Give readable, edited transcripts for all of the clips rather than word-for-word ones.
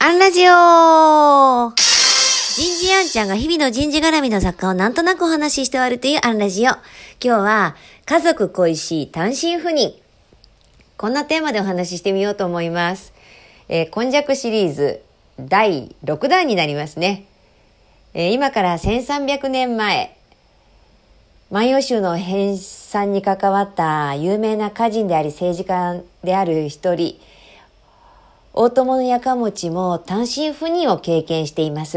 アンラジオ人事アンちゃんが日々の人事絡みの作家をなんとなくお話しして終わるというアンラジオ。今日は家族恋しい単身赴任。こんなテーマでお話ししてみようと思います。今昔シリーズ第6弾になりますね。今から1300年前、万葉集の編纂に関わった有名な歌人であり政治家である一人、大友のやかもちも単身赴任を経験しています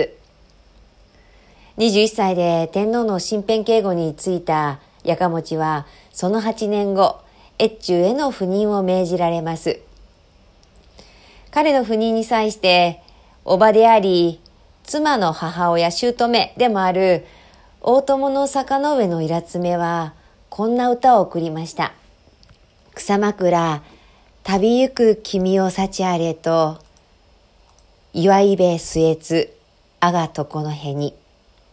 。21歳で天皇の身辺警護に就いたやかもちは、その8年後、越中への赴任を命じられます。彼の赴任に際して、叔母であり、妻の母親姑でもある大友の坂の上のイラつめは、こんな歌を送りました。草枕、旅行く君を幸あれと、岩井べ末津、我が床の辺に。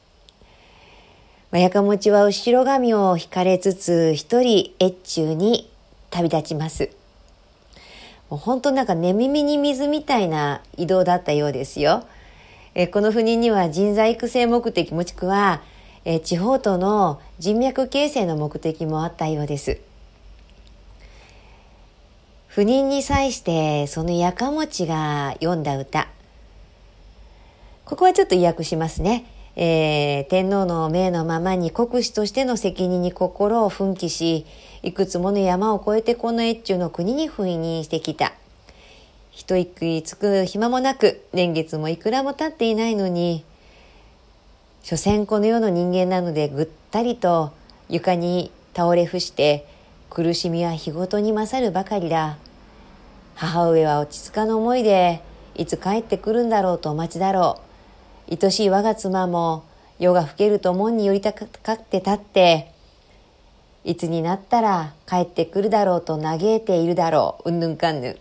やかもちは後ろ髪を引かれつつ、一人越中に旅立ちます。もう本当なんか寝耳に水みたいな移動だったようですよ。この赴任には人材育成目的もしくは、地方との人脈形成の目的もあったようです。赴任に際してそのやかもちが読んだ歌、ここはちょっと意訳しますね。天皇の命のままに国司としての責任に心を奮起し、いくつもの山を越えてこの越中の国に赴任してきた。一息つく暇もなく、年月もいくらも経っていないのに、所詮この世の人間なのでぐったりと床に倒れ伏して、苦しみは日ごとに勝るばかりだ。母上は落ち着かぬ思いで、いつ帰ってくるんだろうとお待ちだろう。愛しい我が妻も、夜が更けると門に寄りたかって立って、いつになったら帰ってくるだろうと嘆いているだろう。うんぬんかんぬん。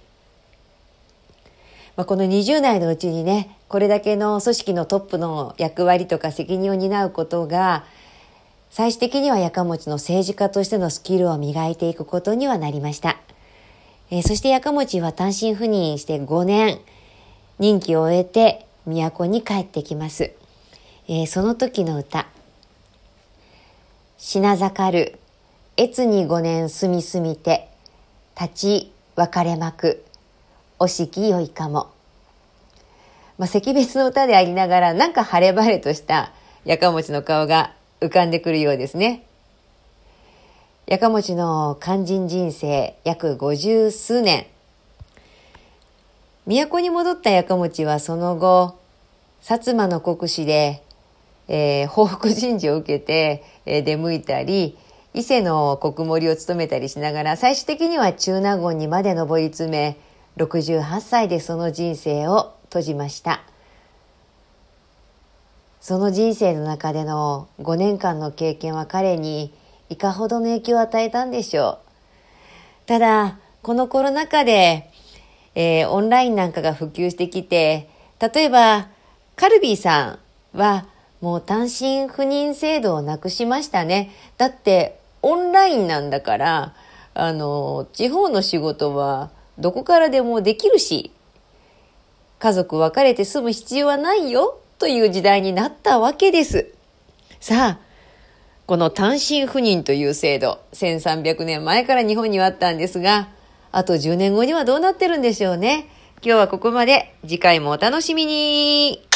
この20代のうちにね、これだけの組織のトップの役割とか責任を担うことが、最終的にはやかもちの政治家としてのスキルを磨いていくことにはなりました。そしてやかもちは単身赴任して5年、任期を終えて都に帰ってきます。その時の歌。品盛る、越に5年住み住みて、立ち別れまく、おしきよいかも。惜別の歌でありながら、なんか晴れ晴れとしたやかもちの顔が浮かんでくるようですね。やかもちの肝心人生約50数年。都に戻ったやかもちはその後、薩摩の国司で、報復人事を受けて、出向いたり、伊勢の国守を務めたりしながら、最終的には中納言にまで上り詰め、68歳でその人生を閉じました。その人生の中での5年間の経験は彼にいかほどの影響を与えたんでしょう。ただ、このコロナ禍で、オンラインなんかが普及してきて、例えばカルビーさんはもう単身赴任制度をなくしましたね。だってオンラインなんだから、地方の仕事はどこからでもできるし、家族別れて住む必要はないよという時代になったわけです。さあ、この単身赴任という制度、1300年前から日本にはあったんですが、あと10年後にはどうなってるんでしょうね。今日はここまで。次回もお楽しみに。